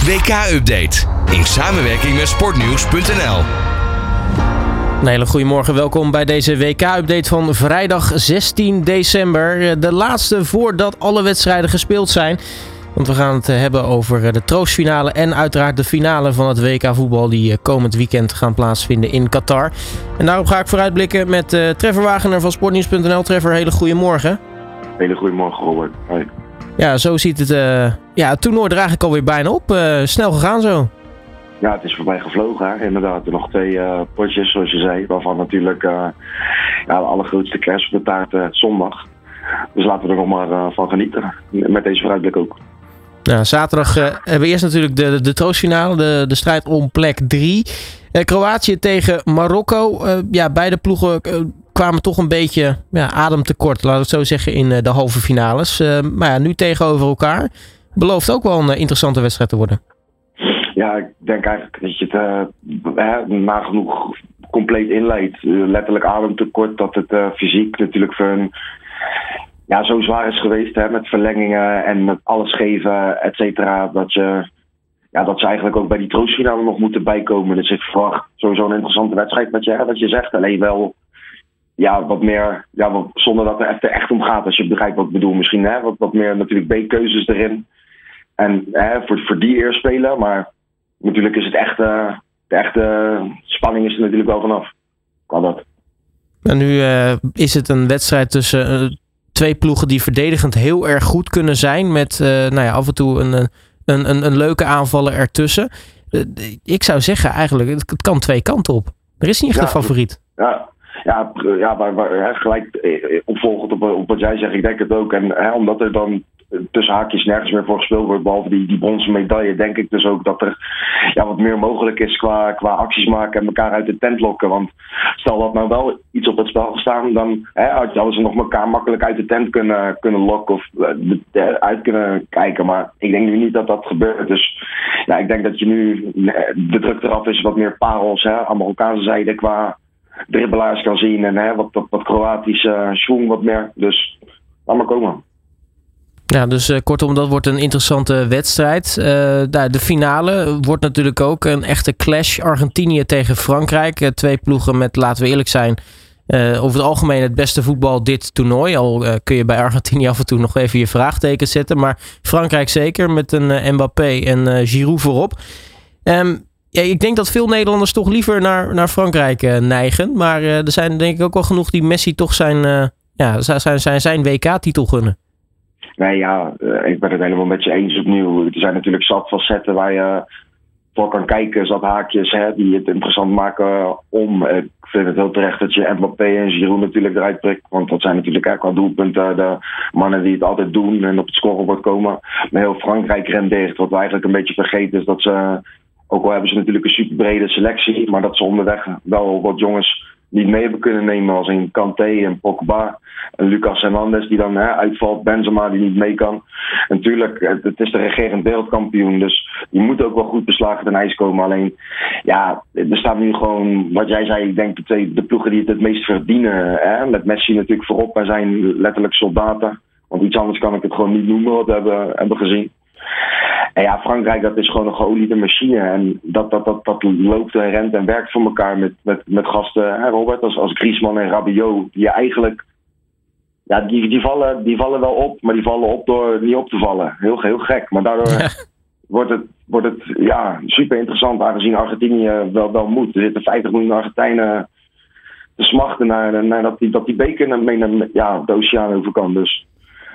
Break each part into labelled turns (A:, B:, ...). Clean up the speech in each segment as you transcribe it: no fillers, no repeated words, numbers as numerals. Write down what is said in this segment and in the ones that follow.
A: WK-update in samenwerking met sportnieuws.nl.
B: Een hele goede morgen, welkom bij deze WK-update van vrijdag 16 december. De laatste voordat alle wedstrijden gespeeld zijn. Want we gaan het hebben over de troostfinale en uiteraard de finale van het WK-voetbal die komend weekend gaan plaatsvinden in Qatar. En daarop ga ik vooruitblikken met Trevor Wagener van sportnieuws.nl. Trevor, hele goede morgen.
C: Hele goede morgen, Robert. Hoi.
B: Ja, zo ziet het het toernooi er eigenlijk alweer bijna op. Snel gegaan zo.
C: Ja, het is voorbij gevlogen, hè. Inderdaad. Er nog 2 potjes, zoals je zei, waarvan natuurlijk de allergrootste kerst op de taart zondag. Dus laten we er nog maar van genieten. Met deze vooruitblik ook.
B: Nou, zaterdag hebben we eerst natuurlijk de troostfinale, de strijd om plek 3. Kroatië tegen Marokko. Beide ploegen kwamen toch een beetje ademtekort, laten we het zo zeggen, in de halve finales. Maar nu tegenover elkaar. Belooft ook wel een interessante wedstrijd te worden.
C: Ja, ik denk eigenlijk dat je het nagenoeg compleet inleidt. Letterlijk ademtekort, dat het fysiek natuurlijk voor hun zo zwaar is geweest, hè, met verlengingen en met alles geven, et cetera. Dat ze eigenlijk ook bij die troostfinale nog moeten bijkomen. Dus ik verwacht sowieso een interessante wedstrijd wat je zegt. Alleen wel wat meer, zonder dat er echt om gaat, als je begrijpt wat ik bedoel. Misschien wat meer natuurlijk B-keuzes erin. En voor die eerst spelen, maar natuurlijk is het de echte spanning is er natuurlijk wel vanaf. Kan dat.
B: En nu is het een wedstrijd tussen 2 ploegen die verdedigend heel erg goed kunnen zijn. Met af en toe een leuke aanvaller ertussen. Ik zou zeggen eigenlijk, het kan 2 kanten op. Er is niet echt een favoriet. Maar gelijk opvolgend op wat jij zegt, ik denk het ook. En omdat er dan tussen haakjes nergens meer voor gespeeld wordt, behalve die bronzen medaille, denk ik dus ook dat er wat meer mogelijk is qua acties maken en elkaar uit de tent lokken. Want stel dat nou wel iets op het spel gestaan, dan hadden ze nog elkaar makkelijk uit de tent kunnen lokken of uit kunnen kijken. Maar ik denk nu niet dat dat gebeurt. Dus ik denk dat je nu de druk eraf is, wat meer parels aan Marokkaanse zijde qua dribbelaars kan zien en wat Kroatische schoen wat meer. Dus laat maar komen. Ja, dus kortom, dat wordt een interessante wedstrijd. De finale wordt natuurlijk ook een echte clash. Argentinië tegen Frankrijk. 2 ploegen met, laten we eerlijk zijn, over het algemeen het beste voetbal dit toernooi. Al kun je bij Argentinië af en toe nog even je vraagtekens zetten. Maar Frankrijk zeker, met een Mbappé en Giroud voorop. Ik denk dat veel Nederlanders toch liever naar Frankrijk neigen. Maar er zijn denk ik ook wel genoeg die Messi toch zijn WK-titel gunnen.
C: Nee, ik ben het helemaal met je eens opnieuw. Er zijn natuurlijk zat facetten waar je voor kan kijken, zat haakjes die het interessant maken om. Ik vind het heel terecht dat je Mbappé en Giroud natuurlijk eruit prikt. Want dat zijn natuurlijk qua doelpunten de mannen die het altijd doen en op het scorebord komen. Maar heel Frankrijk rendeert. Wat we eigenlijk een beetje vergeten is dat ze, ook al hebben ze natuurlijk een super brede selectie, maar dat ze onderweg wel wat jongens niet mee hebben kunnen nemen, als in Kanté en Pogba en Lucas Hernandez die dan uitvalt, Benzema die niet mee kan. En natuurlijk, het is de regerend wereldkampioen, dus die moet ook wel goed beslagen ten ijs komen. Alleen, er staat nu gewoon, wat jij zei, ik denk de ploegen die het meest verdienen. Met Messi natuurlijk voorop, wij zijn letterlijk soldaten. Want iets anders kan ik het gewoon niet noemen, wat we hebben gezien. En Frankrijk, dat is gewoon een geoliede machine. En dat loopt en rent en werkt voor elkaar met gasten, Robert, als Griezmann en Rabiot. Die eigenlijk, die vallen wel op, maar die vallen op door niet op te vallen. Heel gek. Maar daardoor wordt het super interessant, aangezien Argentinië wel moet. Er zitten 50 miljoen Argentijnen te smachten naar dat die beker mee naar de oceaan over kan. Dus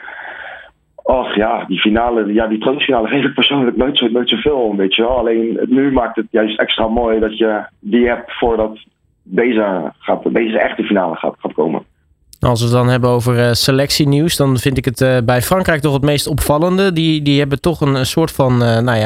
C: die finale, die troostfinale geef ik persoonlijk nooit zoveel, weet je wel. Alleen nu maakt het juist extra mooi dat je die hebt voordat deze echte finale gaat komen.
B: Als we het dan hebben over selectienieuws, dan vind ik het bij Frankrijk toch het meest opvallende. Die hebben toch een soort van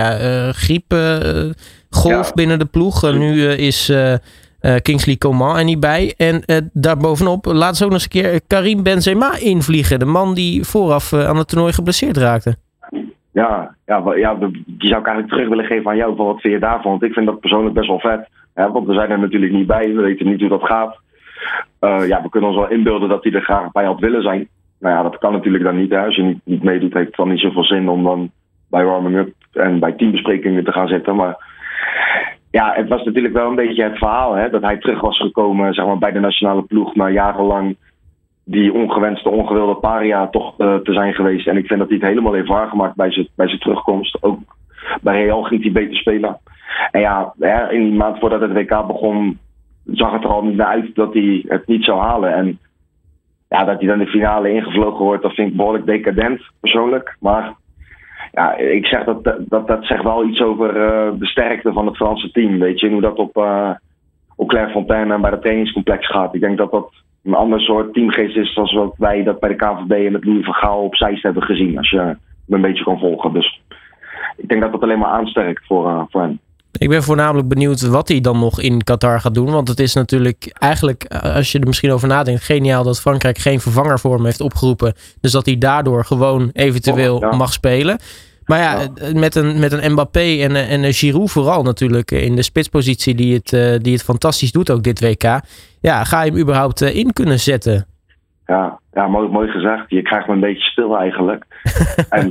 B: griepgolf binnen de ploeg. Nu is Kingsley Coman er niet bij. En daarbovenop laten ze ook nog eens een keer Karim Benzema invliegen. De man die vooraf aan het toernooi geblesseerd raakte. Die zou ik eigenlijk terug willen geven aan jou. Wat vind je daarvan? Want ik vind dat persoonlijk best wel vet. Want we zijn er natuurlijk niet bij. We weten niet hoe dat gaat. We kunnen ons wel inbeelden dat hij er graag bij had willen zijn. Dat kan natuurlijk dan niet. Als je niet meedoet, heeft het dan niet zoveel zin om dan bij warming-up en bij teambesprekingen te gaan zitten. Maar ja, het was natuurlijk wel een beetje het verhaal, hè, dat hij terug was gekomen, zeg maar, bij de nationale ploeg na jarenlang die ongewenste, ongewilde paria toch te zijn geweest. En ik vind dat hij het helemaal heeft waargemaakt bij zijn terugkomst. Ook bij Real ging hij beter spelen. En ja, in die maand voordat het WK begon, zag het er al niet naar uit dat hij het niet zou halen. En ja, dat hij dan de finale ingevlogen wordt, dat vind ik behoorlijk decadent, persoonlijk. Maar ja, ik zeg dat zegt wel iets over de sterkte van het Franse team. Weet je, hoe dat op Clairefontaine en bij het trainingscomplex gaat. Ik denk dat dat een ander soort teamgeest is zoals wat wij dat bij de KNVB en met Louis van Gaal op Zeist hebben gezien. Als je me een beetje kan volgen. Dus ik denk dat dat alleen maar aansterkt voor hem.
D: Ik ben voornamelijk benieuwd wat hij dan nog in Qatar gaat doen. Want het is natuurlijk eigenlijk, als je er misschien over nadenkt, geniaal dat Frankrijk geen vervanger voor hem heeft opgeroepen. Dus dat hij daardoor gewoon eventueel mag spelen. Maar ja, met een Mbappé en een Giroud vooral natuurlijk in de spitspositie die het fantastisch doet ook dit WK. Ja, ga je hem überhaupt in kunnen zetten?
B: Ja, mooi gezegd. Je krijgt me een beetje stil eigenlijk. En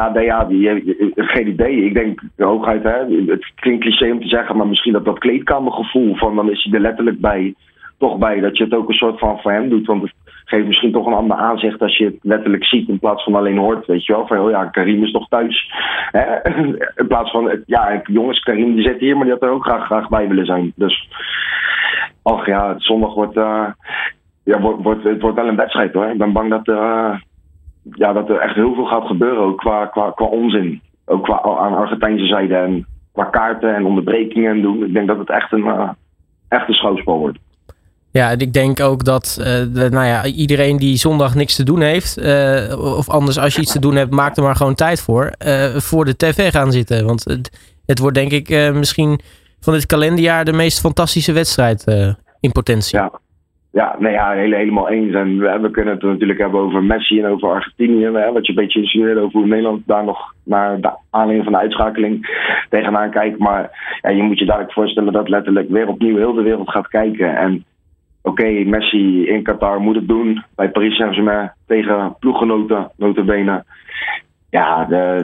B: geen idee. Ik denk hooguit, het klinkt cliché om te zeggen, maar misschien dat kleedkamergevoel van dan is hij er letterlijk toch bij. Dat je het ook een soort van voor hem doet. Want het geeft misschien toch een ander aanzicht als je het letterlijk ziet in plaats van alleen hoort. Weet je wel, van oh ja, Karim is nog thuis. Hè? In plaats van, ja, jongens, Karim die zit hier, maar die had er ook graag bij willen zijn. Dus, ach ja, zondag wordt... het wordt wel een wedstrijd hoor. Ik ben bang dat er echt heel veel gaat gebeuren, ook qua onzin. Ook aan Argentijnse zijde en qua kaarten en onderbrekingen en doen. Ik denk dat het echt een schouwspel wordt.
D: Ja, ik denk ook dat iedereen die zondag niks te doen heeft, of anders als je iets te doen hebt, maak er maar gewoon tijd voor de tv gaan zitten. Want het wordt denk ik misschien van dit kalenderjaar de meest fantastische wedstrijd in potentie.
B: Ja, helemaal eens. En we kunnen het natuurlijk hebben over Messi en over Argentinië. Wat je een beetje insinueert over hoe Nederland daar nog naar de aanleiding van de uitschakeling tegenaan kijkt. Maar ja, je moet je dadelijk voorstellen dat letterlijk weer opnieuw heel de wereld gaat kijken. En oké, Messi in Qatar moet het doen. Bij Paris Saint-Germain tegen ploeggenoten, nota bene. Ja,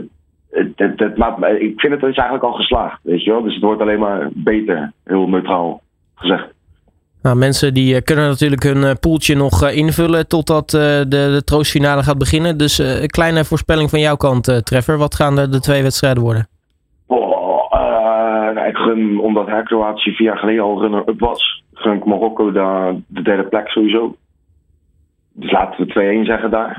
B: ik vind het is eigenlijk al geslaagd. Weet je wel? Dus het wordt alleen maar beter. Heel neutraal gezegd.
D: Nou, mensen die kunnen natuurlijk hun poeltje nog invullen totdat de troostfinale gaat beginnen. Dus een kleine voorspelling van jouw kant, Treffer. Wat gaan de 2 wedstrijden worden?
B: Ik gun, omdat Kroatië 4 jaar geleden al runner-up was, gun ik Marokko de derde plek sowieso. Dus laten we 2-1 zeggen daar.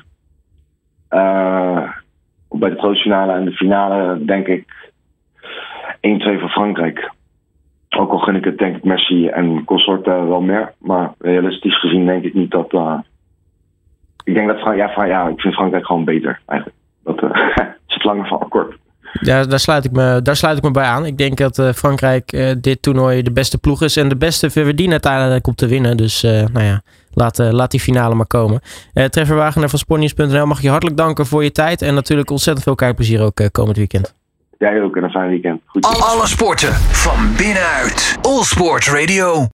B: Bij de troostfinale en de finale denk ik 1-2 voor Frankrijk. Ook al gun ik het denk ik Messi en consorten wel meer. Maar realistisch gezien denk ik niet dat... ik denk dat ik vind Frankrijk gewoon beter eigenlijk. Dat is het langer van akkoord.
D: Ja, daar sluit ik me bij aan. Ik denk dat Frankrijk dit toernooi de beste ploeg is. En de beste verdienen uiteindelijk om te winnen. Dus laat die finale maar komen. Treffer Wagener van sportnieuws.nl, mag je hartelijk danken voor je tijd. En natuurlijk ontzettend veel kijkplezier ook komend weekend.
B: Jij ook en een fijn weekend. Goed.
A: Alle sporten van binnenuit. All Sport Radio.